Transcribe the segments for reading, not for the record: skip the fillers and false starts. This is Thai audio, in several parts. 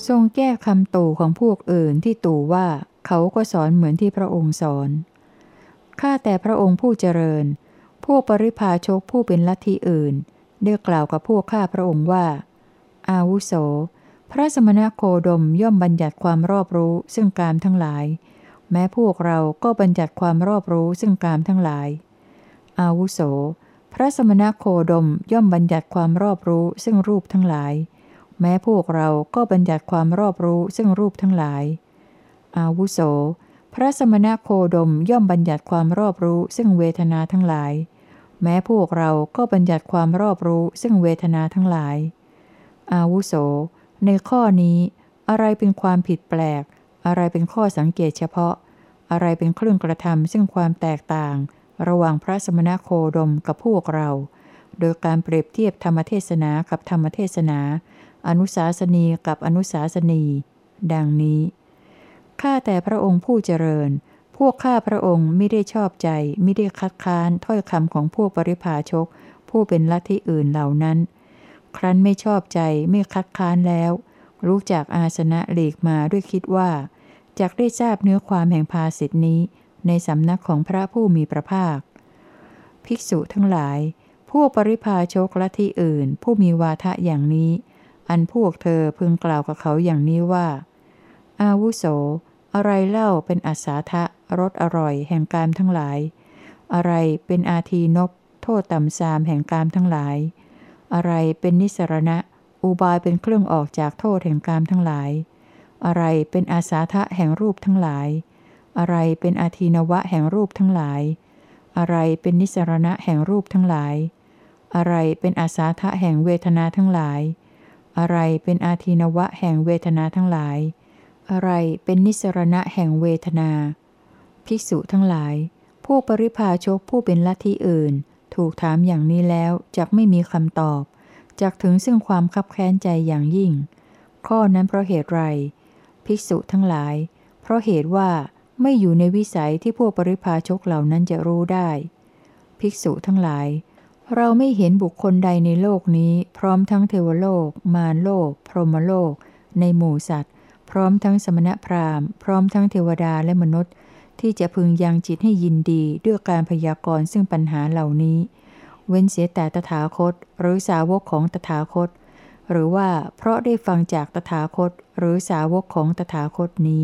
ทรงแก้คำตู่ของพวกอื่นที่ตู่ว่าเขาก็สอนเหมือนที่พระองค์สอนข้าแต่พระองค์ผู้เจริญพวกปริพาชกผู้เป็นลัทธิอื่นได้กล่าวกับพวกข้าพระองค์ว่าอาวุโสพระสมณโคดมย่อมบัญญัติความรอบรู้ซึ่งกามทั้งหลายแม้พวกเราก็บัญญัติความรอบรู้ซึ่งกามทั้งหลายอาวุโสพระสมณโคดมย่อมบัญญัติความรอบรู้ซึ่งรูปทั้งหลายแม้พวกเราก็บัญญัติความรอบรู้ซึ่งรูปทั้งหลายอาวุโสพระสมณโคดมย่อมบัญญัติความรอบรู้ซึ่งเวทนาทั้งหลายแม้พวกเราก็บัญญัติความรอบรู้ซึ่งเวทนาทั้งหลายอาวุโสในข้อนี้อะไรเป็นความผิดแปลกอะไรเป็นข้อสังเกตเฉพาะอะไรเป็นเครื่องกระทำซึ่งความแตกต่างระหว่างพระสมณโคดมกับพวกเราโดยการเปรียบเทียบธรรมเทศนากับธรรมเทศนาอนุสาสนีกับอนุสาสนีดังนี้ข้าแต่พระองค์ผู้เจริญพวกข้าพระองค์ไม่ได้ชอบใจไม่ได้คัดค้านถ้อยคำของพวกปริพาชกผู้เป็นลัทธิอื่นเหล่านั้นครั้นไม่ชอบใจไม่คัดค้านแล้วรู้จักอาสนะหลีกมาด้วยคิดว่าจักได้ทราบเนื้อความแห่งภาษิตนี้ในสำนักของพระผู้มีพระภาคภิกษุทั้งหลายพวกปริพาชกลัทธิอื่นผู้มีวาทะอย่างนี้อันพวกเธอพึงกล่าวกับเขาอย่างนี้ว่าอาวุโสอะไรเล่าเป็นอัสสาทะรสอร่อยแห่งกามทั้งหลายอะไรเป็นอาทีนพโทษต่ำทรามแห่งกามทั้งหลายอะไรเป็นนิสรณะอุบายเป็นเครื่องออกจากโทษแห่งกามทั้งหลายอะไรเป็นอาสาทะแห่งรูปทั้งหลายอะไรเป็นอาทีนวะแห่งรูปทั้งหลายอะไรเป็นนิสรณะแห่งรูปทั้งหลายอะไรเป็นอาสาทะแห่งเวทนาทั้งหลายอะไรเป็นอาทีนวะแห่งเวทนาทั้งหลายอะไรเป็นนิสรณะแห่งเวทนาภิกษุทั้งหลายพวกปริพาชกผู้เป็นลัทธิอื่นถูกถามอย่างนี้แล้วจักไม่มีคำตอบจักถึงซึ่งความคับแค้นใจอย่างยิ่งข้อนั้นเพราะเหตุไรภิกษุทั้งหลายเพราะเหตุว่าไม่อยู่ในวิสัยที่พวกปริพาชกเหล่านั้นจะรู้ได้ภิกษุทั้งหลายเราไม่เห็นบุคคลใดในโลกนี้พร้อมทั้งเทวโลกมารโลกพรหมโลกในหมู่สัตว์พร้อมทั้งสมณพราหมณ์พร้อมทั้งเทวดาและมนุษย์ที่จะพึงยังจิตให้ยินดีด้วยการพยากรณ์ซึ่งปัญหาเหล่านี้เว้นเสียแต่ตถาคตหรือสาวกของตถาคตหรือว่าเพราะได้ฟังจากตถาคตหรือสาวกของตถาคตนี้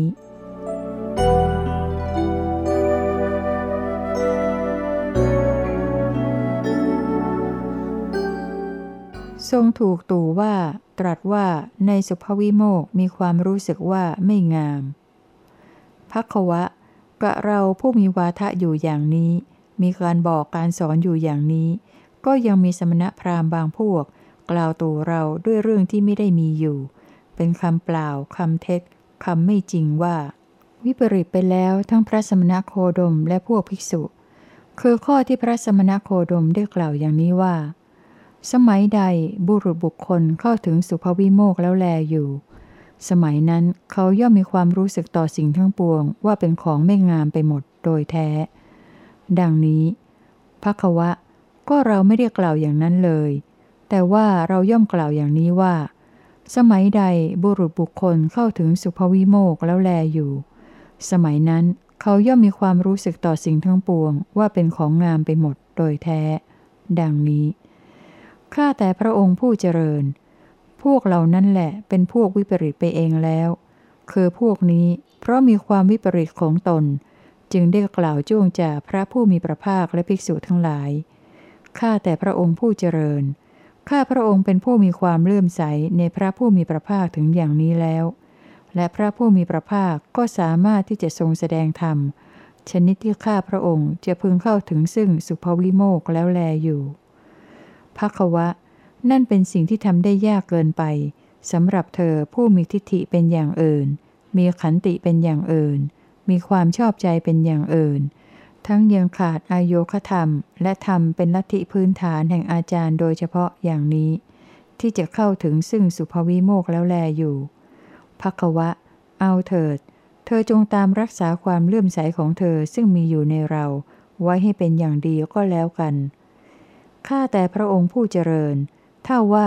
ทรงถูกตู่ว่าตรัสว่าในสุภวิโมกข์มีความรู้สึกว่าไม่งามภัคววะกะเราผู้มีวาทะอยู่อย่างนี้มีการบอกการสอนอยู่อย่างนี้ก็ยังมีสมณพราหมณ์บางพวกกล่าวตู่เราด้วยเรื่องที่ไม่ได้มีอยู่เป็นคำเปล่าคำเท็จคำไม่จริงว่าวิปริตไปแล้วทั้งพระสมณโคดมและพวกภิกษุคือข้อที่พระสมณโคดมได้กล่าวอย่างนี้ว่าสมัยใดบุรุษบุคคลเข้าถึงสุภวิโมกข์แล้วแลอยู่สมัยนั้นเขาย่อมมีความรู้สึกต่อสิ่งทั้งปวงว่าเป็นของไม่งามไปหมดโดยแท้ดังนี้ภัคววะก็เราไม่ได้กล่าวอย่างนั้นเลยแต่ว่าเราย่อมกล่าวอย่างนี้ว่าสมัยใดบุรุษบุคคลเข้าถึงสุภวิโมกข์แล้วแลอยู่สมัยนั้นเขาย่อมมีความรู้สึกต่อสิ่งทั้งปวงว่าเป็นของงามไปหมดโดยแท้ดังนี้ข้าแต่พระองค์ผู้เจริญพวกเหล่านั้นแหละเป็นพวกวิปริตไปเองแล้วคือพวกนี้เพราะมีความวิปริตของตนจึงได้กล่าวจ้วงจาพระผู้มีพระภาคและภิกษุทั้งหลายข้าแต่พระองค์ผู้เจริญข้าพระองค์เป็นผู้มีความเลื่อมใสในพระผู้มีพระภาคถึงอย่างนี้แล้วและพระผู้มีพระภาคก็สามารถที่จะทรงแสดงธรรมชนิดที่ข้าพระองค์จะพึงเข้าถึงซึ่งสุภวิโมกข์แล้วแลอยู่ภัคววะนั่นเป็นสิ่งที่ทำได้ยากเกินไปสำหรับเธอผู้มีทิฏฐิเป็นอย่างอื่นมีขันติเป็นอย่างอื่นมีความชอบใจเป็นอย่างอื่นทั้งยังขาดอาโยคธรรมและธรรมเป็นลัทธิพื้นฐานแห่งอาจารย์โดยเฉพาะอย่างนี้ที่จะเข้าถึงซึ่งสุภวิโมกข์แล้วแลอยู่ภัคววะเอาเถิดเธอจงตามรักษาความเลื่อมใสของเธอซึ่งมีอยู่ในเราไว้ให้เป็นอย่างดีก็แล้วกันข้าแต่พระองค์ผู้เจริญถ้าว่า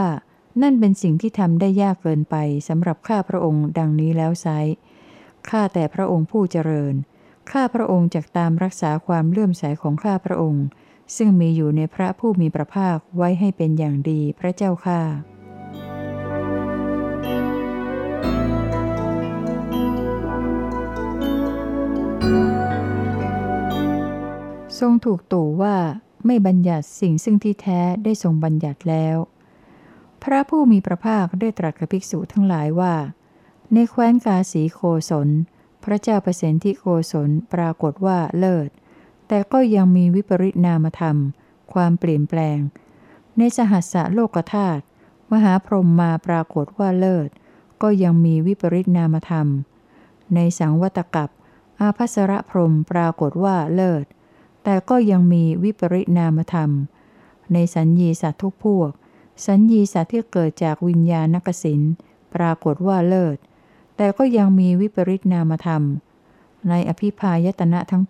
นั่นเป็นสิ่งที่ทำได้ยากเกินไปสำหรับข้าพระองค์ดังนี้แล้วไซร้ข้าแต่พระองค์ผู้เจริญข้าพระองค์จักตามรักษาความเลื่อมใสของข้าพระองค์ซึ่งมีอยู่ในพระผู้มีพระภาคไว้ให้เป็นอย่างดีพระเจ้าข้าทรงถูกตู่ว่าไม่บัญญัติสิ่งซึ่งที่แท้ได้ทรงบัญญัติแล้วพระผู้มีพระภาคได้ตรัสกับภิกษุทั้งหลายว่าในแคว้นกาสีโกศลพระเจ้าประสิทธิโกศลปรากฏว่าเลิศแต่ก็ยังมีวิปริตนามธรรมความเปลี่ยนแปลงในสหัสสะโลกธาตุมหาพรหมมาปรากฏว่าเลิศก็ยังมีวิปริตนามธรรมในสังวัตกัปอาภัสรพรหมปรากฏว่าเลิศแต่ก็ยังมีวิปริตนามธรรมในสัญญีสัตว์ทุกพวกสัญญีสัตว์ที่เกิดจากวิญญาณกสิณปรากฏว่าเลิศแต่ก็ยังมีวิปริตนามธรรมในอภิพายตนะทั้ง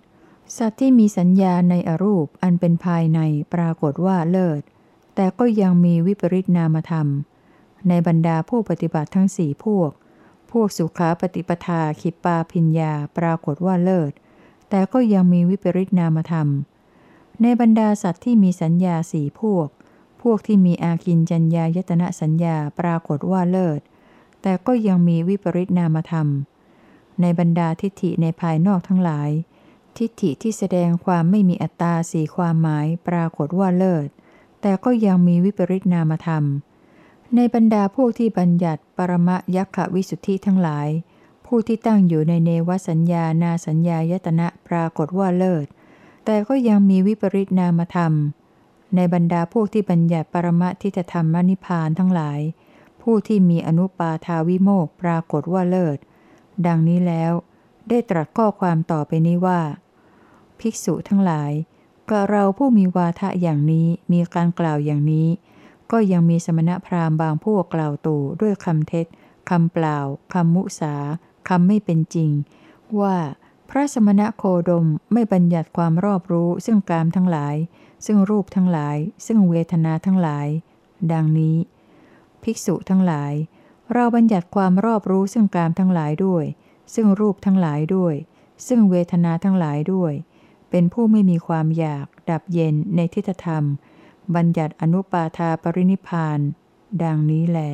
8สัตว์ที่มีสัญญาในอรูปอันเป็นภายในปรากฏว่าเลิศแต่ก็ยังมีวิปริตนามธรรมในบรรดาผู้ปฏิบัติทั้ง4พวกสุขาปฏิปทาขิปปาพิญญาปรากฏว่าเลิศแต่ก็ยังมีวิปริตนามธรรมในบรรดาสัตว์ที่มีสัญญา4พวกที่มีอากินจัญญายตนะสัญญาปรากฏว่าเลิศแต่ก็ยังมีวิปริตนามธรรมในบรรดาทิฏฐิในภายนอกทั้งหลายทิฏฐิที่แสดงความไม่มีอัตตา4ความหมายปรากฏว่าเลิศแต่ก็ยังมีวิปริตนามธรรมในบรรดาพวกที่บัญญัติปรมยัคขวิสุทธิทั้งหลายผู้ที่ตั้งอยู่ในเนวสัญญานาสัญญายตนะปรากฏว่าเลิศแต่ก็ยังมีวิปริตนามธรรมในบรรดาพวกที่บัญญัติปรมทิฏฐธรรมนิพพานทั้งหลายผู้ที่มีอนุปาทาวิโมกข์ปรากฏว่าเลิศดังนี้แล้วได้ตรัสข้อความต่อไปนี้ว่าภิกษุทั้งหลายก็เราผู้มีวาทะอย่างนี้มีการกล่าวอย่างนี้ก็ยังมีสมณพราหมณ์บางพวกกล่าวตู่ด้วยคำเท็จคำเปล่าคำมุสาคำไม่เป็นจริงว่าพระสมณโคดมไม่บัญญัติความรอบรู้ซึ่งกามทั้งหลายซึ่งรูปทั้งหลายซึ่งเวทนาทั้งหลายดังนี้ภิกษุทั้งหลายเราบัญญัติความรอบรู้ซึ่งกามทั้งหลายด้วยซึ่งรูปทั้งหลายด้วยซึ่งเวทนาทั้งหลายด้วยเป็นผู้ไม่มีความอยากดับเย็นในทิฏฐธรรมบัญญัติอนุปาทาปรินิพพานดังนี้แล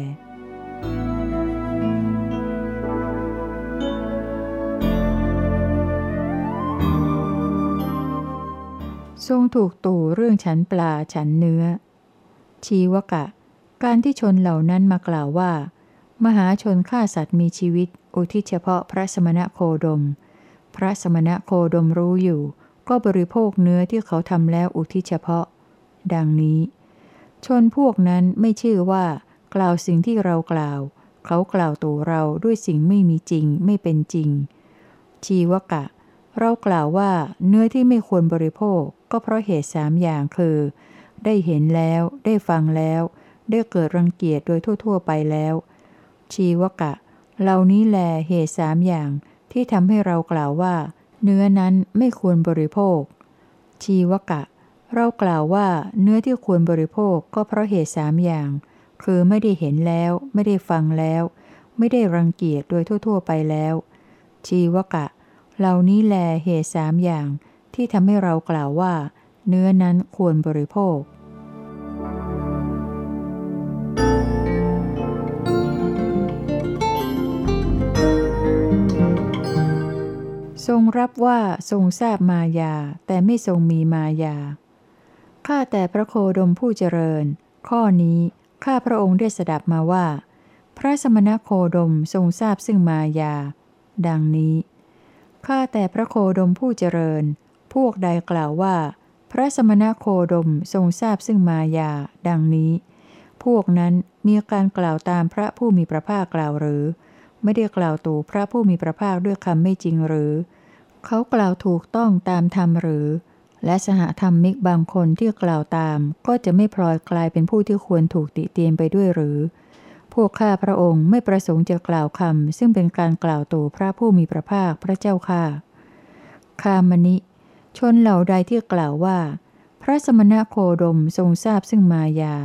ทรงถูกตู่เรื่องฉันปลาฉันเนื้อชีวกะการที่ชนเหล่านั้นมากล่าวว่ามหาชนฆ่าสัตว์มีชีวิตอุทิศเฉพาะพระสมณโคดมพระสมณโคดมรู้อยู่ก็บริโภคเนื้อที่เขาทำแล้วอุทิศเฉพาะดังนี้ชนพวกนั้นไม่ชื่อว่ากล่าวสิ่งที่เรากล่าวเขากล่าวตู่เราด้วยสิ่งไม่มีจริงไม่เป็นจริงชีวกะเรากล่าวว่าเนื้อที่ไม่ควรบริโภคก็เพราะเหตุ3อย่างคือได้เห็นแล้วได้ฟังแล้วได้เกิดรังเกียจโดยทั่วๆไปแล้วชีวกะเหล่านี้แลเหตุ3อย่างที่ทำให้เรากล่าวว่าเนื้อนั้นไม่ควรบริโภคชีวกะเรากล่าวว่าเนื้อที่ควรบริโภคก็เพราะเหตุ3อย่างคือไม่ได้เห็นแล้วไม่ได้ฟังแล้วไม่ได้รังเกียจโดยทั่วๆไปแล้วชีวกะเหล่านี้แลเหตุ3อย่างที่ทำให้เรากล่าวว่าเนื้อนั้นควรบริโภคทรงรับว่าทรงทราบมายาแต่ไม่ทรงมีมายาข้าแต่พระโคดมผู้เจริญข้อนี้ข้าพระองค์ได้สดับมาว่าพระสมณโคดมทรงทราบซึ่งมายาดังนี้ข้าแต่พระโคดมผู้เจริญพวกใดกล่าวว่าพระสมณโคดมทรงทราบซึ่งมายาดังนี้พวกนั้นมีการกล่าวตามพระผู้มีพระภาคกล่าวหรือไม่ได้กล่าวตู่พระผู้มีพระภาคด้วยคำไม่จริงหรือเขากล่าวถูกต้องตามธรรมหรือและสหธรรมิกบางคนที่กล่าวตามก็จะไม่พลอยกลายเป็นผู้ที่ควรถูกติเตียนไปด้วยหรือพวกข้าพระองค์ไม่ประสงค์จะกล่าวคำซึ่งเป็นการกล่าวตู่พระผู้มีพระภาคพระเจ้าข้าคามณิชนเหล่าใดที่กล่าวว่าพระสมณโคดมทรงทราบซึ่งมายา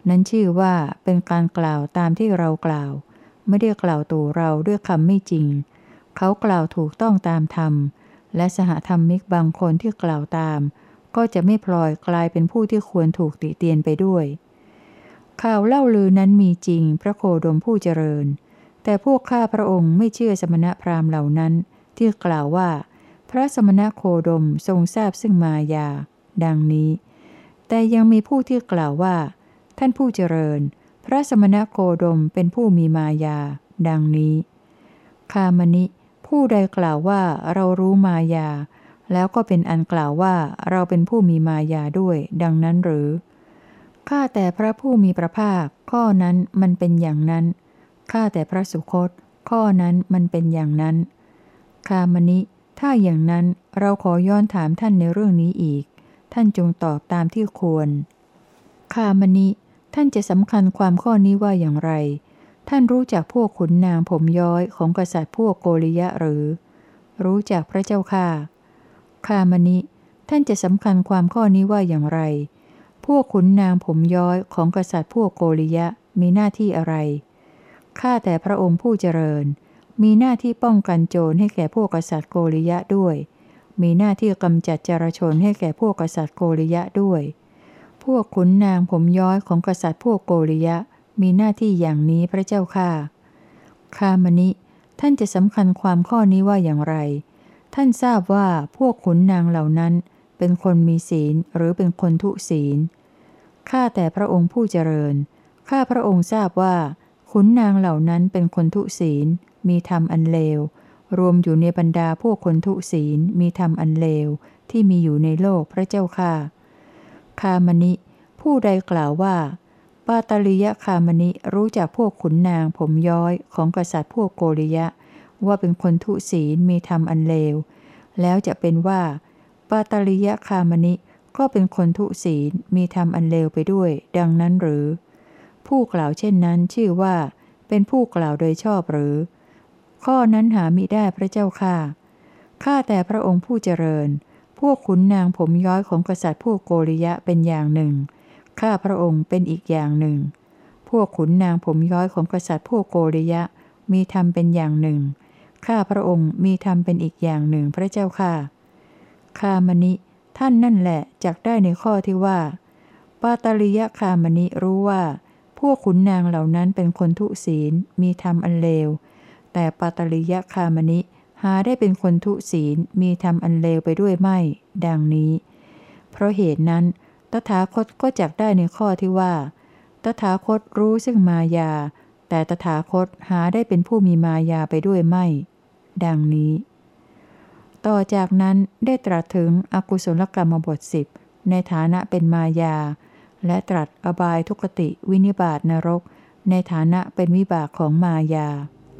นั้นชื่อว่าเป็นการกล่าวตามที่เรากล่าว ไม่ได้กล่าวตู่เราด้วยคำไม่จริง เขากล่าวถูกต้องตามธรรม และสหธรรมิกบางคนที่กล่าวตาม ก็จะไม่พลอยกลายเป็นผู้ที่ควรถูกติเตียนไปด้วย ข่าวเล่าลือนั้นมีจริงพระโคดมผู้เจริญ แต่พวกข้าพระองค์ไม่เชื่อสมณพราหมณ์เหล่านั้นที่กล่าวว่า พระสมณโคดมทรงทราบซึ่งมายา ดังนี้ แต่ยังมีผู้ที่กล่าวว่า ท่านผู้เจริญ พระสมณโคดมเป็นผู้มีมายา ดังนี้คามณิผู้ใดกล่าวว่าเรารู้มายา แล้วก็เป็นอันกล่าวว่าเราเป็นผู้มีมายาด้วย ดังนั้นหรือข้าแต่พระผู้มีพระภาคข้อนั้นมันเป็นอย่างนั้นข้าแต่พระสุคตข้อนั้นมันเป็นอย่างนั้นคามณิถ้าอย่างนั้นเราขอย้อนถามท่านในเรื่องนี้อีกท่านจงตอบตามที่ควรคามณิท่านจะสำคัญความข้อนี้ว่าอย่างไรท่านรู้จักพวกขุนนางผมย้อยของกษัตริย์พวกโกริยะหรือรู้จักพระเจ้าค่ะคามณิท่านจะสำคัญความข้อนี้ว่าอย่างไรพวกขุนนางผมย้อยของกษัตริย์พวกโกริยะมีหน้าที่อะไรข้าแต่พระองค์ผู้เจริญมีหน้าที่ป้องกันโจรให้แก่พวกกษัตริย์โกริยะด้วยมีหน้าที่กำจัดจารชนให้แก่พวกกษัตริย์โกริยะด้วยพวกขุนนางผมย้อยของกษัตริย์พวกโกริยะมีหน้าที่อย่างนี้พระเจ้าค่ะคามณิท่านจะสำคัญความข้อนี้ว่าอย่างไรท่านทราบว่าพวกขุนนางเหล่านั้นเป็นคนมีศีลหรือเป็นคนทุศีลข้าแต่พระองค์ผู้เจริญข้าพระองค์ทราบว่าขุนนางเหล่านั้นเป็นคนทุศีลมีธรรมอันเลวรวมอยู่ในบรรดาพวกคนทุศีลมีธรรมอันเลวที่มีอยู่ในโลกพระเจ้าค่ะคามณิผู้ใดกล่าวว่าปาตลิยคามณิรู้จักพวกขุนนางผมย้อยของกษัตริย์พวกโกริยะว่าเป็นคนทุศีลมีธรรมอันเลวแล้วจะเป็นว่าปาตลิยคามณิก็เป็นคนทุศีลมีธรรมอันเลวไปด้วยดังนั้นหรือผู้กล่าวเช่นนั้นชื่อว่าเป็นผู้กล่าวโดยชอบหรือข้อนั้นหามิได้พระเจ้าค่ะข้าแต่พระองค์ผู้เจริญพวกขุนนางผมย้อยของกษัตริย์พวกโกริยะเป็นอย่างหนึ่งข้าพระองค์เป็นอีกอย่างหนึ่งพวกขุนนางผมย้อยของกษัตริย์พวกโกริยะมีธรรมเป็นอย่างหนึ่งข้าพระองค์มีธรรมเป็นอีกอย่างหนึ่งพระเจ้าค่ะคามณิท่านนั่นแหละจักได้ในข้อที่ว่าปาตลิยคามณิรู้ว่าพวกขุนนางเหล่านั้นเป็นคนทุศีลมีธรรมอันเลวแต่ปาตลิยคามณิหาได้เป็นคนทุศีลมีธรรมอันเลวไปด้วยไม่ดังนี้เพราะเหตุนั้นตถาคตก็จักได้ในข้อที่ว่าตถาคตรู้ซึ่งมายาแต่ตถาคตหาได้เป็นผู้มีมายาไปด้วยไม่ดังนี้ต่อจากนั้นได้ตรัสถึงอกุศลกรรมบท10ในฐานะเป็นมายาและตรัสอบายทุกติวินิบาตนรกในฐานะเป็นวิบากของมายา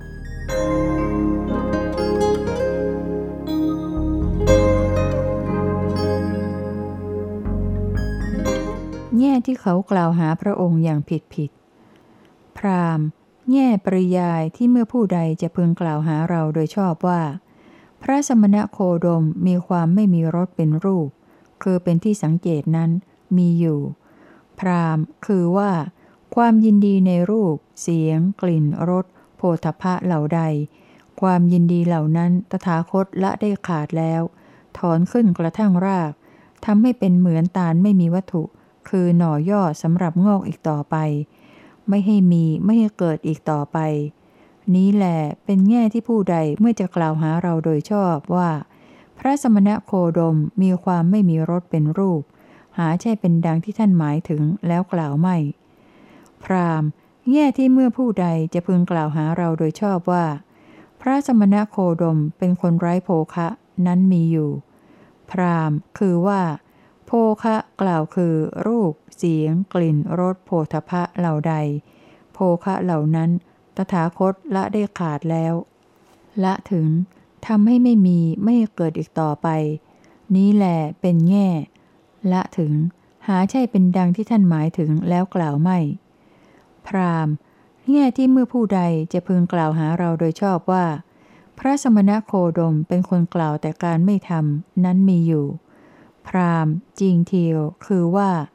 แง่ที่เขากล่าวหาพระองค์อย่างผิดพราหมณ์แง่ปริยายที่เมื่อผู้ใดจะพึงกล่าวหาเราโดยชอบว่าพระสมณโคดมมีความไม่มีรสเป็นรูปคือเป็นที่สังเกตนั้นมีอยู่พราหมณ์คือว่าความยินดีในรูปเสียงกลิ่นรสโผฏฐัพพะเหล่าใดความยินดีเหล่านั้นตถาคตละได้ขาดแล้วถอนขึ้นกระทั่งรากทำให้เป็นเหมือนตาลไม่มีวัตถุคือหน่อยอดสำหรับงอกอีกต่อไปไม่ให้มีไม่ให้เกิดอีกต่อไปนี้แหละเป็นแง่ที่ผู้ใดเมื่อจะกล่าวหาเราโดยชอบว่าพระสมณโคดมมีความไม่มีรสเป็นรูปหาใช่เป็นดังที่ท่านหมายถึงแล้วกล่าวไม่พราหมณ์แง่ที่เมื่อผู้ใดจะพึงกล่าวหาเราโดยชอบว่าพระสมณโคดมเป็นคนไร้โภคะนั้นมีอยู่พราหมณ์คือว่าโภคะกล่าวคือรูปเสียงกลิ่นรสโผฏฐัพพะเหล่าใดโภคะเหล่านั้นตถาคตละได้ขาดแล้วละถึงทำให้ไม่มีไม่เกิดอีกต่อไปนี้แหละเป็นแง่ละถึงหาใช่เป็นดังที่ท่านหมายถึงแล้วกล่าวไม่พราหมณ์แง่ที่เมื่อผู้ใดจะพึงกล่าวหาเราโดยชอบว่าพระสมณโคดมเป็นคนกล่าวแต่การไม่ทำนั้นมีอยู่พราหมณ์จริงเทียวคือว่า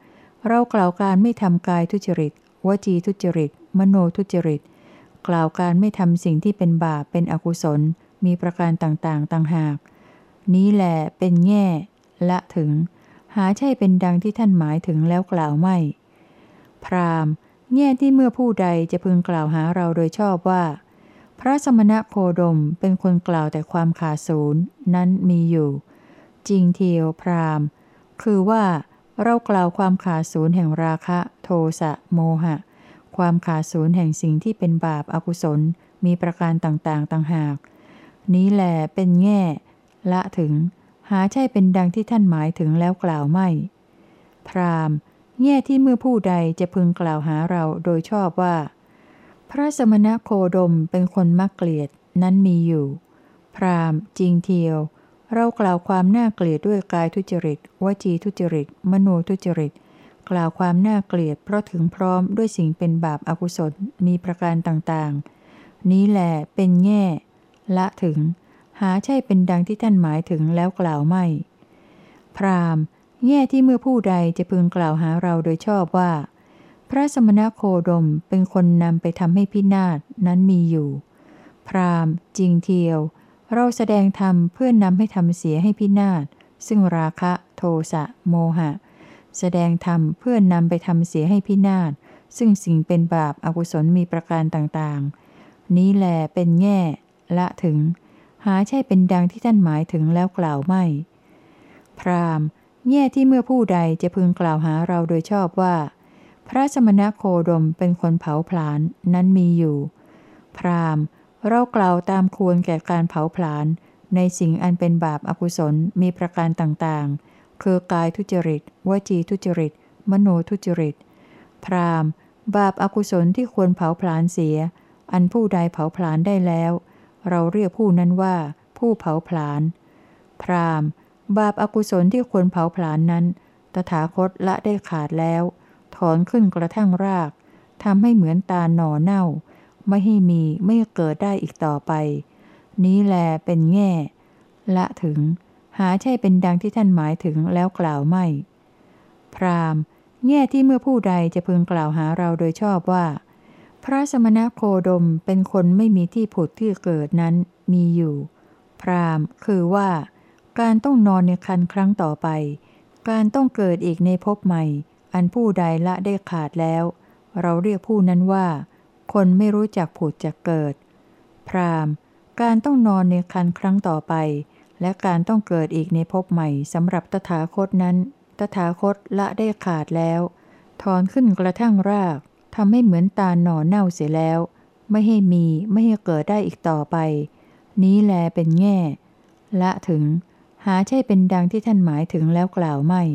เรากล่าวการไม่ทำกายทุจริตวจีทุจริตมโนทุจริตกล่าวการไม่ทำสิ่งที่เป็นบาปเป็นอกุศลมีประการต่างๆต่างหากนี้แหละเป็นแง่ละถึงหาใช่เป็นดังที่ท่านหมายถึงแล้วกล่าวไม่พราหมณ์แง่ที่เมื่อผู้ใดจะพึงกล่าวหาเราโดยชอบว่าพระสมณโคดมเป็นคนกล่าวแต่ความขาดศูนย์นั้นมีอยู่จริงเทียวพราหมณ์คือว่าเรากล่าวความขาดศูนย์แห่งราคะโทสะโมหะความขาดศูนย์แห่งสิ่งที่เป็นบาปอกุศลมีประการต่างๆต่างหากนี้แหลเป็นแง่ละถึงหาใช่เป็นดังที่ท่านหมายถึงแล้วกล่าวไม่พราหมณ์แง่ที่เมื่อผู้ใดจะพึงกล่าวหาเราโดยชอบว่าพระสมณโคดมเป็นคนมักเกลียดนั้นมีอยู่พราหมณ์จริงเทียวเรากล่าวความน่าเกลียดด้วยกายทุจริตวจีทุจริตมโนทุจริตกล่าวความน่าเกลียดเพราะถึงพร้อมด้วยสิ่งเป็นบาปอกุศลมีประการต่างๆนี้แหละเป็นแง่ละถึงหาใช่เป็นดังที่ท่านหมายถึงแล้วกล่าวไม่พราหมณ์แง่ที่เมื่อผู้ใดจะพึงกล่าวหาเราโดยชอบว่าพระสมณโคดมเป็นคนนำไปทำให้พินาศนั้นมีอยู่พราหมณ์จริงเทียวเราแสดงธรรมเพื่อนำให้ทำเสียให้พินาศซึ่งราคะโทสะโมหะแสดงธรรมเพื่อนำไปทำเสียให้พินาศซึ่งสิ่งเป็นบาปอกุศลมีประการต่างๆนี้แลเป็นแง่ละถึงหาใช่เป็นดังที่ท่านหมายถึงแล้วกล่าวไม่พราหมณ์แง่ที่เมื่อผู้ใดจะพึงกล่าวหาเราโดยชอบว่าพระสมณโคดมเป็นคนเผาผลาญนั้นมีอยู่พราหมณ์เรากล่าวตามควรแก่การเผาผลาญในสิ่งอันเป็นบาปอกุศลมีประการต่างๆคือกายทุจริตวจีทุจริตมโนทุจริตพราหมณ์บาปอกุศลที่ควรเผาผลาญเสียอันผู้ใดเผาผลาญได้แล้วเราเรียกผู้นั้นว่าผู้เผาผลาญพราหมณ์บาปอกุศลที่ควรเผาผลาญนั้นตถาคตละได้ขาดแล้วถอนขึ้นกระทั่งรากทำให้เหมือนตาหน่อเน่าไม่ให้มีไม่เกิดได้อีกต่อไปนี้แลเป็นแง่ละถึงหาใช่เป็นดังที่ท่านหมายถึงแล้วกล่าวไม่พราหมณ์แง่ที่เมื่อผู้ใดจะพึงกล่าวหาเราโดยชอบว่าพระสมณโคดมเป็นคนไม่มีที่ผุดที่เกิดนั้นมีอยู่พราหมณ์คือว่าการต้องนอนในครรภ์ครั้งต่อไปการต้องเกิดอีกในภพใหม่อันผู้ใดละได้ขาดแล้วเราเรียกผู้นั้นว่าคนไม่รู้จักผุดจักเกิดพราหมณ์การต้องนอนในครรภ์ครั้งต่อไปและการต้องเกิดอีกในภพใหม่สำหรับตถาคตนั้นตถาคตละได้ขาดแล้วถอนขึ้นกระทั่งรากทำให้เหมือนตาหน่อเน่าเสียแล้วไม่ให้มีไม่ให้เกิดได้อีกต่อไปนี้แลเป็นแง่ละถึงหาใช่เป็นดังที่ท่านหมายถึงแล้วกล่าวไม่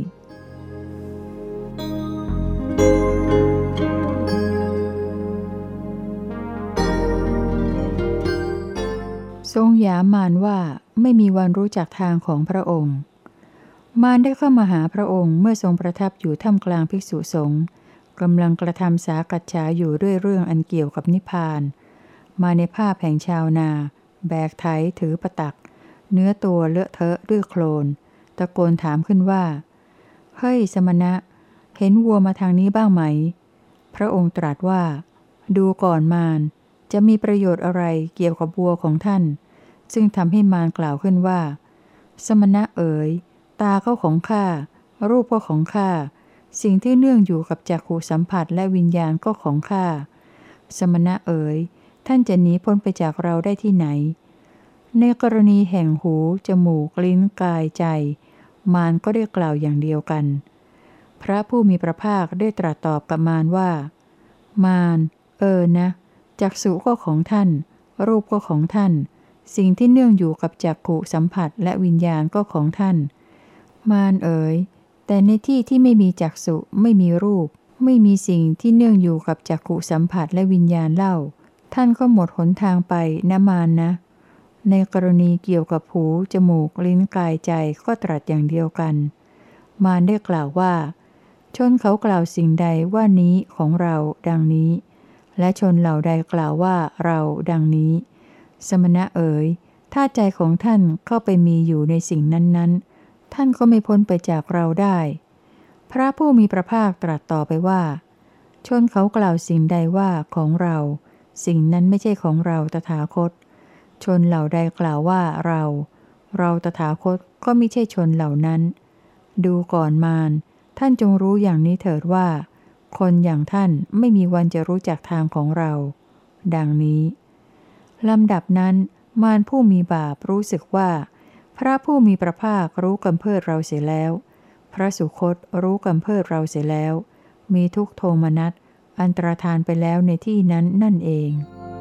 ทรงหยามารว่าไม่มีวันรู้จักทางของพระองค์มารได้เข้ามาหาพระองค์เมื่อทรงประทับอยู่ท่ามกลางภิกษุสงฆ์กำลังกระทำสากัจฉาอยู่ด้วยเรื่องอันเกี่ยวกับนิพพานมาในภาพแห่งชาวนาแบกไถถือปะตักเนื้อตัวเลอะเทอะด้วยโคลนตะโกนถามขึ้นว่าเฮ้ยสมณะเห็นวัวมาทางนี้บ้างไหมพระองค์ตรัสว่าดูก่อนมารจะมีประโยชน์อะไรเกี่ยวกับวัวของท่านซึ่งทำให้มารกล่าวขึ้นว่าสมณะเอ๋ยตาก็ของข้ารูปก็ของข้าสิ่งที่เนื่องอยู่กับจักขุสัมผัสและวิญญาณก็ของข้าสมณะเอ๋ยท่านจะหนีพ้นไปจากเราได้ที่ไหนในกรณีแห่งหูจมูกลิ้นกายใจมารก็ได้กล่าวอย่างเดียวกันพระผู้มีพระภาคได้ตรัสตอบกับมารว่ามารนะจักษุก็ของท่านรูปก็ของท่านสิ่งที่เนื่องอยู่กับจักขุสัมผัสและวิญญาณก็ของท่านมารเอ๋ยแต่ในที่ที่ไม่มีจักษุไม่มีรูปไม่มีสิ่งที่เนื่องอยู่กับจักขุสัมผัสและวิญญาณเล่าท่านก็หมดหนทางไปนะมารนะในกรณีเกี่ยวกับหูจมูกลิ้นกายใจก็ตรัสอย่างเดียวกันมารได้กล่าวว่าชนเขากล่าวสิ่งใดว่านี้ของเราดังนี้และชนเหล่าใดกล่าวว่าเราดังนี้สมณะเอ๋ยถ้าใจของท่านเข้าไปมีอยู่ในสิ่งนั้นๆท่านก็ไม่พ้นไปจากเราได้พระผู้มีพระภาคตรัสต่อไปว่าชนเขากล่าวสิ่งใดว่าของเราสิ่งนั้นไม่ใช่ของเราตถาคตชนเหล่าใดกล่าวว่าเราตถาคตก็ไม่ใช่ชนเหล่านั้นดูก่อนมารท่านจงรู้อย่างนี้เถิดว่าคนอย่างท่านไม่มีวันจะรู้จักทางของเรา ดังนี้ลำดับนั้นมารผู้มีบาปรู้สึกว่าพระผู้มีพระภาครู้กำเพิดเราเสียแล้วพระสุคตรู้กำเพิดเราเสียแล้วมีทุกโทมนัสอันตรธานไปแล้วในที่นั้นนั่นเอง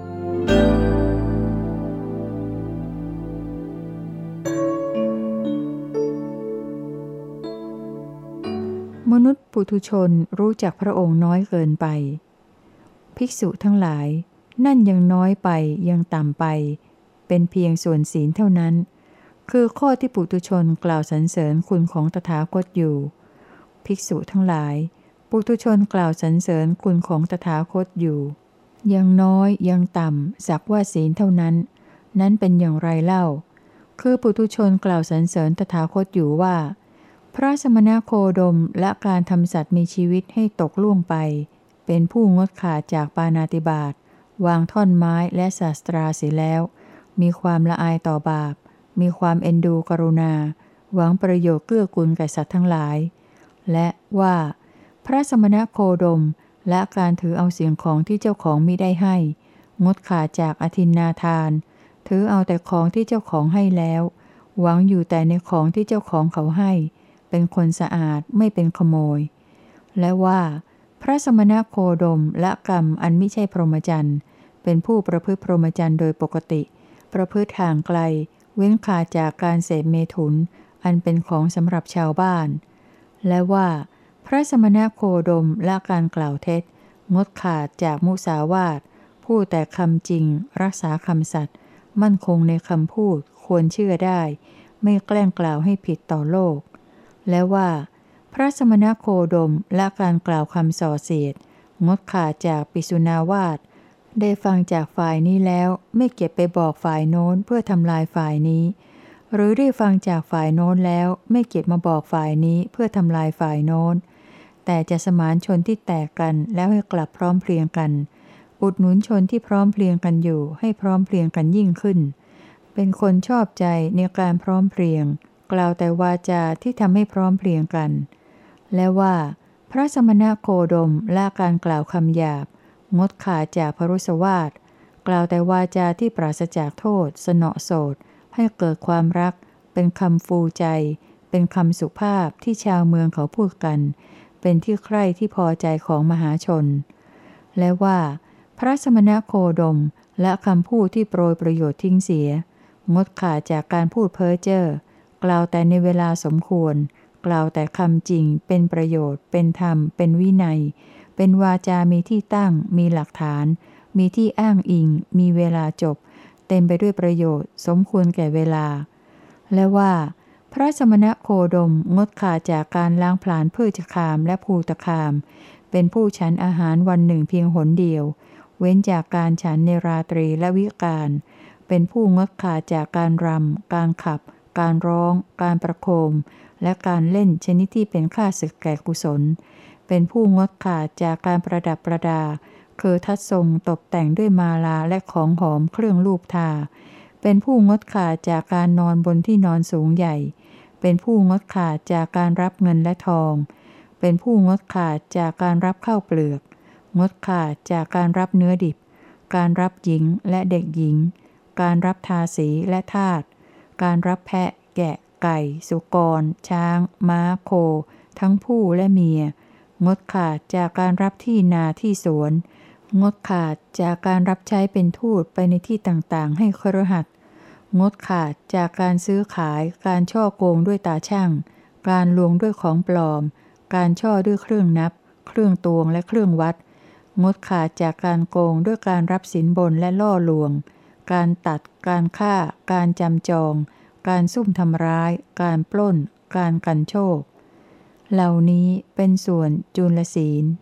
มนุษย์ปุถุชนรู้จักพระองค์น้อยเกินไปภิกษุทั้งหลายนั่นยังน้อยไปยังต่ำไปเป็นเพียงส่วนศีลเท่านั้นคือข้อที่ปุถุชนกล่าวสรรเสริญคุณของตถาคตอยู่ภิกษุทั้งหลายปุถุชนกล่าวสรรเสริญคุณของตถาคตอยู่ยังน้อยยังต่ำสักว่าศีลเท่านั้นนั้นเป็นอย่างไรเล่าคือปุถุชนกล่าวสรรเสริญตถาคตอยู่ว่าพระสมณโคดมและการทำสัตว์มีชีวิตให้ตกล่วงไปเป็นผู้งดขาดจากปาณาติบาตวางท่อนไม้และศาสตราเสียแล้วมีความละอายต่อบาปมีความเอ็นดูกรุณาหวังประโยชน์เกื้อกูลแก่สัตว์ทั้งหลายและว่าพระสมณโคดมและการถือเอาสิ่งของที่เจ้าของมิได้ให้งดขาดจากอทินนาทานถือเอาแต่ของที่เจ้าของให้แล้วหวังอยู่แต่ในของที่เจ้าของเขาให้เป็นคนสะอาดไม่เป็นขโมยและว่าพระสมณโคดมละกรรมอันไม่ใช่พรหมจรรย์เป็นผู้ประพฤติพรหมจรรย์โดยปกติประพฤติห่างไกลเว้นขาดจากการเสพเมถุนอันเป็นของสำหรับชาวบ้านและว่าพระสมณโคดมละการกล่าวเท็จงดขาดจากมุสาวาทพูดแต่คำจริงรักษาคำสัตย์มั่นคงในคำพูดควรเชื่อได้ไม่แกล้งกล่าวให้ผิดต่อโลกและว่าพระสมณโคดมละการกล่าวคำส่อเสียดงดขาดจากปิสุนาวาทได้ฟังจากฝ่ายนี้แล้วไม่เก็บไปบอกฝ่ายโน้นเพื่อทำลายฝ่ายนี้หรือได้ฟังจากฝ่ายโน้นแล้วไม่เก็บมาบอกฝ่ายนี้เพื่อทำลายฝ่ายโน้นแต่จะสมานชนที่แตกกันแล้วให้กลับพร้อมเพรียงกันอุดหนุนชนที่พร้อมเพรียงกันอยู่ให้พร้อมเพรียงกันยิ่งขึ้นเป็นคนชอบใจในการพร้อมเพรียงกล่าวแต่วาจาที่ทำให้พร้อมเพรียงกันและว่าพระสมณโคดมละการกล่าวคำหยาบงดขาดจากพรุสวาทกล่าวแต่วาจาที่ปราศจากโทษสนอโสดให้เกิดความรักเป็นคำฟูใจเป็นคำสุภาพที่ชาวเมืองเขาพูดกันเป็นที่ใคร่ที่พอใจของมหาชนและว่าพระสมณโคดมและคำพูดที่โปรยประโยชน์ทิ้งเสียงดขาดจากการพูดเพ้อเจ้อกล่าวแต่ในเวลาสมควรกล่าวแต่คำจริงเป็นประโยชน์เป็นธรรมเป็นวินัยเป็นวาจามีที่ตั้งมีหลักฐานมีที่อ้างอิงมีเวลาจบเต็มไปด้วยประโยชน์สมควรแก่เวลาและว่าพระสมณโคดมงดขาดจากการล้างผลาญพืชคามและภูตคามเป็นผู้ฉันอาหารวันหนึ่งเพียงหนเดียวเว้นจากการฉันในราตรีและวิกาลเป็นผู้งดขาดจากการรำการขับการร้องการประโคมและการเล่นชนิดที่เป็นข้าศึกแก่กุศลเป็นผู้งดขาดจากการประดับประดาคือทัดทรงตกแต่งด้วยมาลาและของหอมเครื่องลูบทาเป็นผู้งดขาดจากการนอนบนที่นอนสูงใหญ่เป็นผู้งดขาดจากการรับเงินและทองเป็นผู้งดขาดจากการรับข้าวเปลือกงดขาดจากการรับเนื้อดิบการรับหญิงและเด็กหญิงการรับทาสีและทาสการรับแพะแกะไก่สุกรช้างม้าโคทั้งผู้และเมียงดขาดจากการรับที่นาที่สวนงดขาดจากการรับใช้เป็นทูตไปในที่ต่างๆให้คฤหัสถ์งดขาดจากการซื้อขายการช่อโกงด้วยตาช่างการลวงด้วยของปลอมการช่อด้วยเครื่องนับเครื่องตวงและเครื่องวัดงดขาดจากการโกงด้วยการรับสินบนและล่อลวงการตัดการฆ่าการจำจองการซุ่มทำร้ายการปล้นการกันโชคเหล่านี้เป็นส่วนจุลศีล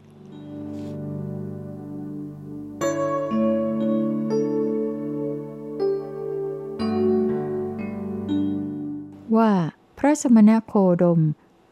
ว่าพระสมณโคดม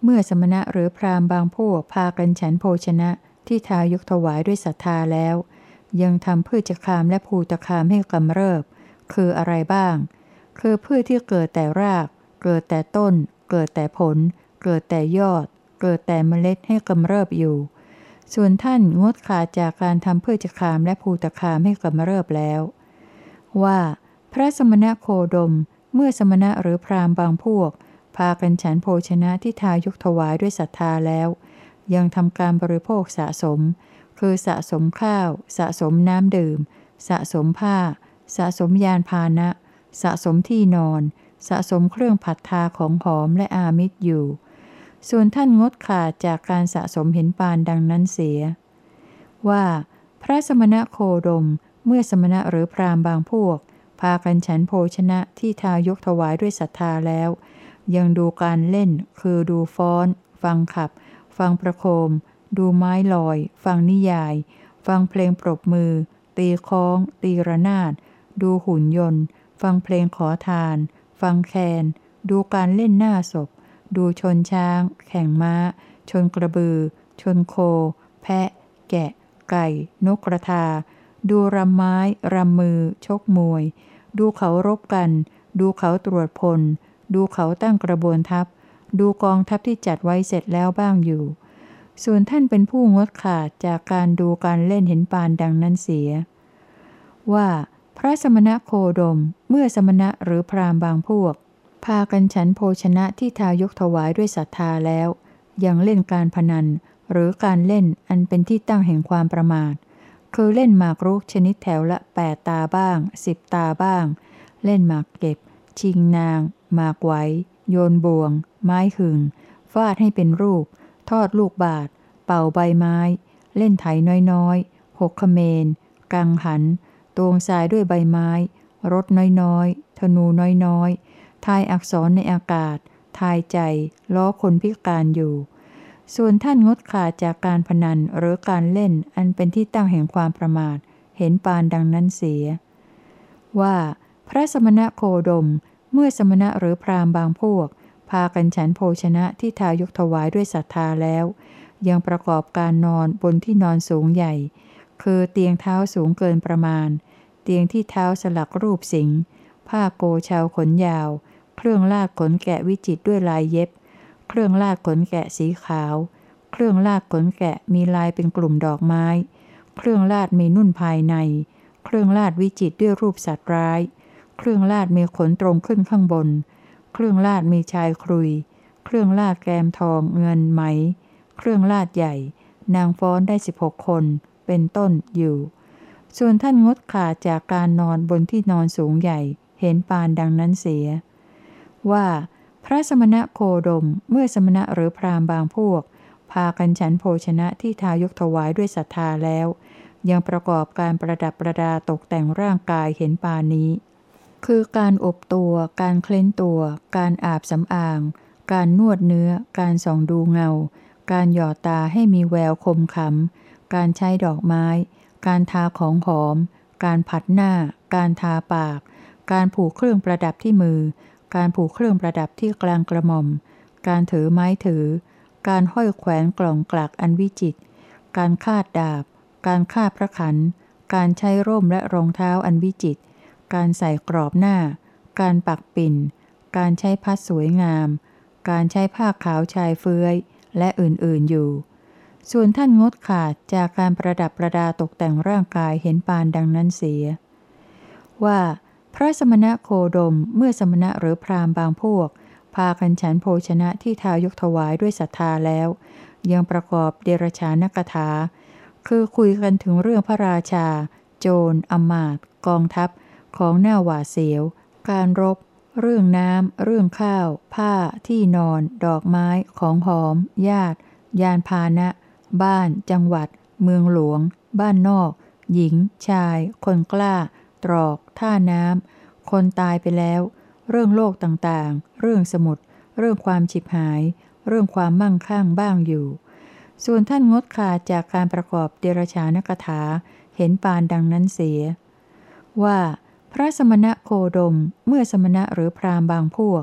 เมื่อสมณะหรือพราหมณ์บางพวกพากันฉันโภชนะที่ทายกถวายด้วยศรัทธาแล้วยังทำพืชคามและภูตคามให้กำเริบคืออะไรบ้างคือพืชที่เกิดแต่รากเกิดแต่ต้นเกิดแต่ผลเกิดแต่ยอดเกิดแต่เมล็ดให้กำเริบอยู่ส่วนท่านงดขาดจากการทำพืชคามและภูตคามให้กำเริบแล้วว่าพระสมณโคดมเมื่อสมณะหรือพราหมณ์บางพวกพากันฉันโภชนะที่ทายกถวายด้วยศรัทธาแล้วยังทำการบริโภคสะสมคือสะสมข้าวสะสมน้ำดื่มสะสมผ้าสะสมยานพาหนะสะสมที่นอนสะสมเครื่องผัดทาของหอมและอามิตรอยู่ส่วนท่านงดขาดจากการสะสมเห็นปานดังนั้นเสียว่าพระสมณโคดมเมื่อสมณะหรือพราหมณ์บางพวกพากันฉันโภชนะที่ทายกถวายด้วยศรัทธาแล้วยังดูการเล่นคือดูฟ้อนฟังขับฟังประโคมดูไม้ลอยฟังนิยายฟังเพลงปรบมือตีค้องตีระนาดดูหุ่นยนต์ฟังเพลงขอทานฟังแคนดูการเล่นหน้าศพดูชนช้างแข่งม้าชนกระบือชนโคแพะแกะไก่นกกระทาดูรำไม้รำมือชกมวยดูเขารบกันดูเขาตรวจพลดูเขาตั้งกระบวนทัพดูกองทัพที่จัดไว้เสร็จแล้วบ้างอยู่ส่วนท่านเป็นผู้งดขาดจากการดูการเล่นเห็นปานดังนั้นเสียว่าพระสมณโคดมเมื่อสมณะหรือพราหมณ์บางพวกพากันฉันโภชนะที่ทายกถวายด้วยศรัทธาแล้วยังเล่นการพนันหรือการเล่นอันเป็นที่ตั้งแห่งความประมาทคือเล่นหมากรุกชนิดแถวละ8 ตาบ้าง10 ตาบ้างเล่นหมากเก็บชิงนางหมากไหวโยนบ่วงไม้หึงฟาดให้เป็นรูปทอดลูกบาศก์เป่าใบไม้เล่นไถน้อยๆหกเขมรกังหันตวงทรายด้วยใบไม้รถน้อยๆธนูน้อยๆทายอักษรในอากาศทายใจล้อคนพิการอยู่ส่วนท่านงดขาดจากการพนันหรือการเล่นอันเป็นที่ตั้งแห่งความประมาทเห็นปานดังนั้นเสียว่าพระสมณโคดมเมื่อสมณะหรือพราหมณ์บางพวกพากันฉันโภชนะที่ทายกถวายด้วยศรัทธาแล้วยังประกอบการนอนบนที่นอนสูงใหญ่คือเตียงเท้าสูงเกินประมาณเตียงที่เท้าสลักรูปสิงห์ผ้าโกชาวขนยาวเครื่องลาดขนแกะวิจิตรด้วยลายเย็บเครื่องลาดขนแกะสีขาวเครื่องลาดขนแกะมีลายเป็นกลุ่มดอกไม้เครื่องลาดมีนุ่นภายในเครื่องลาดวิจิตรด้วยรูปสัตว์ร้ายเครื่องลาดมีขนตรงขึ้นข้างบนเครื่องลาดมีชายครุยเครื่องลาดแกมทองเงินไหมเครื่องลาดใหญ่นางฟ้อนได้16 คนเป็นต้นอยู่ส่วนท่านงดขาดจากการนอนบนที่นอนสูงใหญ่เห็นปานดังนั้นเสียว่าพระสมณโคดมเมื่อสมณะหรือพราหมณ์บางพวกพากันฉันโภชนะที่ทายกถวายด้วยศรัทธาแล้วยังประกอบการประดับประดาตกแต่งร่างกายเห็นปานนี้คือการอบตัวการเคล้นตัวการอาบสำอางการนวดเนื้อการส่องดูเงาการหยอดตาให้มีแววคมขำการใช้ดอกไม้การทาของหอมการผัดหน้าการทาปากการผูกเครื่องประดับที่มือการผูกเครื่องประดับที่กลางกระหม่อมการถือไม้ถือการห้อยแขวนกล่องกลักอันวิจิตรการคาดดาบการคาดพระขันการใช้ร่มและรองเท้าอันวิจิตรการใส่กรอบหน้าการปักปิ่นการใช้พัดสวยงามการใช้ผ้าขาวชายเฟื้อยและอื่นๆอยู่ส่วนท่านงดขาดจากการประดับประดาตกแต่งร่างกายเห็นปานดังนั้นเสียว่าพระสมณโคดมเมื่อสมณะหรือพราหมณ์บางพวกพากันฉันโภชนะที่ทายกถวายด้วยศรัทธาแล้วยังประกอบเดรชานกถาคือคุยกันถึงเรื่องพระราชาโจรอมาตย์กองทัพของหน้าหวาดเสียวการรบเรื่องน้ำเรื่องข้าวผ้าที่นอนดอกไม้ของหอมญาติยานพาหนะบ้านจังหวัดเมืองหลวงบ้านนอกหญิงชายคนกล้าตรอกท่าน้ำคนตายไปแล้วเรื่องโลกต่างๆเรื่องสมุทรเรื่องความฉิบหายเรื่องความมั่งคั่งบ้างอยู่ส่วนท่านงดขาดจากการประกอบเดรชานกถาเห็นปานดังนั้นเสียว่าพระสมณโคดมเมื่อสมณะหรือพราหมณ์บางพวก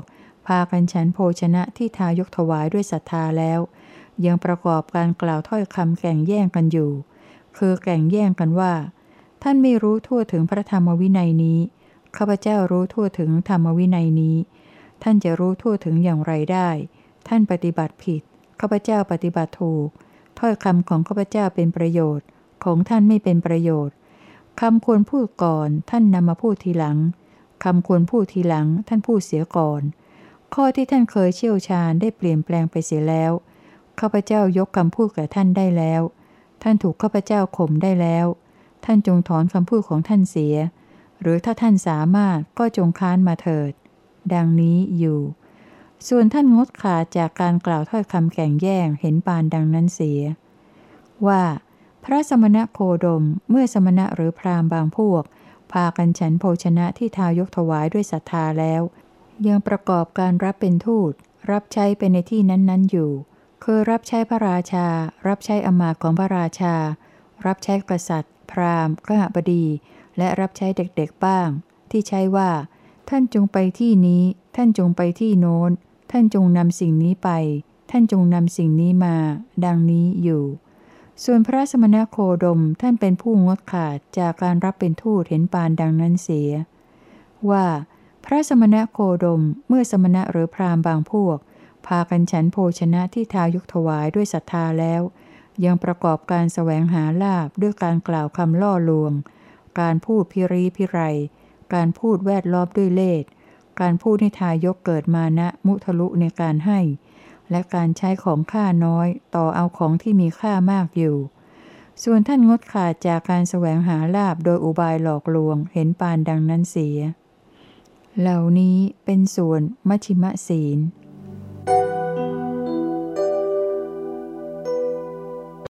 พากันฉันโภชนะที่ทายกถวายด้วยศรัทธาแล้วยังประกอบการกล่าวถ้อยคำแข่งแย่งกันอยู่คือแข่งแย่งกันว่าท่านไม่รู้ทั่วถึงพระธรรมวินัยนี้ข้าพเจ้ารู้ทั่วถึงธรรมวินัยนี้ท่านจะรู้ทั่วถึงอย่างไรได้ท่านปฏิบัติผิดข้าพเจ้าปฏิบัติถูกถ้อยคำของข้าพเจ้าเป็นประโยชน์ของท่านไม่เป็นประโยชน์คำควรพูดก่อนท่านนำมาพูดทีหลังคำควรพูดทีหลังท่านพูดเสียก่อนข้อที่ท่านเคยเชี่ยวชาญได้เปลี่ยนแปลงไปเสียแล้วข้าพเจ้ายกคำพูดแก่ท่านได้แล้วท่านถูกข้าพเจ้าข่มได้แล้วท่านจงถอนคำพูดของท่านเสียหรือถ้าท่านสามารถก็จงค้านมาเถิดดังนี้อยู่ส่วนท่านงดขาดจากการกล่าวถ้อยคำแข่งแย่งเห็นปานดังนั้นเสียว่าพระสมณโคดมเมื่อสมณะหรือพราหมณ์บางพวกพากันฉันโภชนะที่ทายกถวายด้วยศรัทธาแล้วยังประกอบการรับเป็นทูตรับใช้ไปในที่นั้นๆอยู่คือรับใช้พระราชารับใช้อมาตย์ของพระราชารับใช้กษัตริย์พราหมณ์กหบดีและรับใช้เด็กๆบ้างที่ใช้ว่าท่านจงไปที่นี้ท่านจงไปที่โน้นท่านจงนำสิ่งนี้ไปท่านจงนำสิ่งนี้มาดังนี้อยู่ส่วนพระสมณโคดมท่านเป็นผู้งดขาดจากการรับเป็นทูตเห็นปานดังนั้นเสียว่าพระสมณโคดมเมื่อสมณะหรือพราหมณ์บางพวกพากันฉันโภชนะที่ทายกถวายด้วยศรัทธาแล้วยังประกอบการแสวงหาลาภด้วยการกล่าวคำล่อลวงการพูดพิรีพิไรการพูดแวดล้อมด้วยเล่ห์การพูดให้ทายกเกิดมานะมุทะลุในการให้และการใช้ของค่าน้อยต่อเอาของที่มีค่ามากอยู่ส่วนท่านงดขาดจากการแสวงหาลาภโดยอุบายหลอกลวงเห็นปานดังนั้นเสียเหล่านี้เป็นส่วนมัชฌิมศีล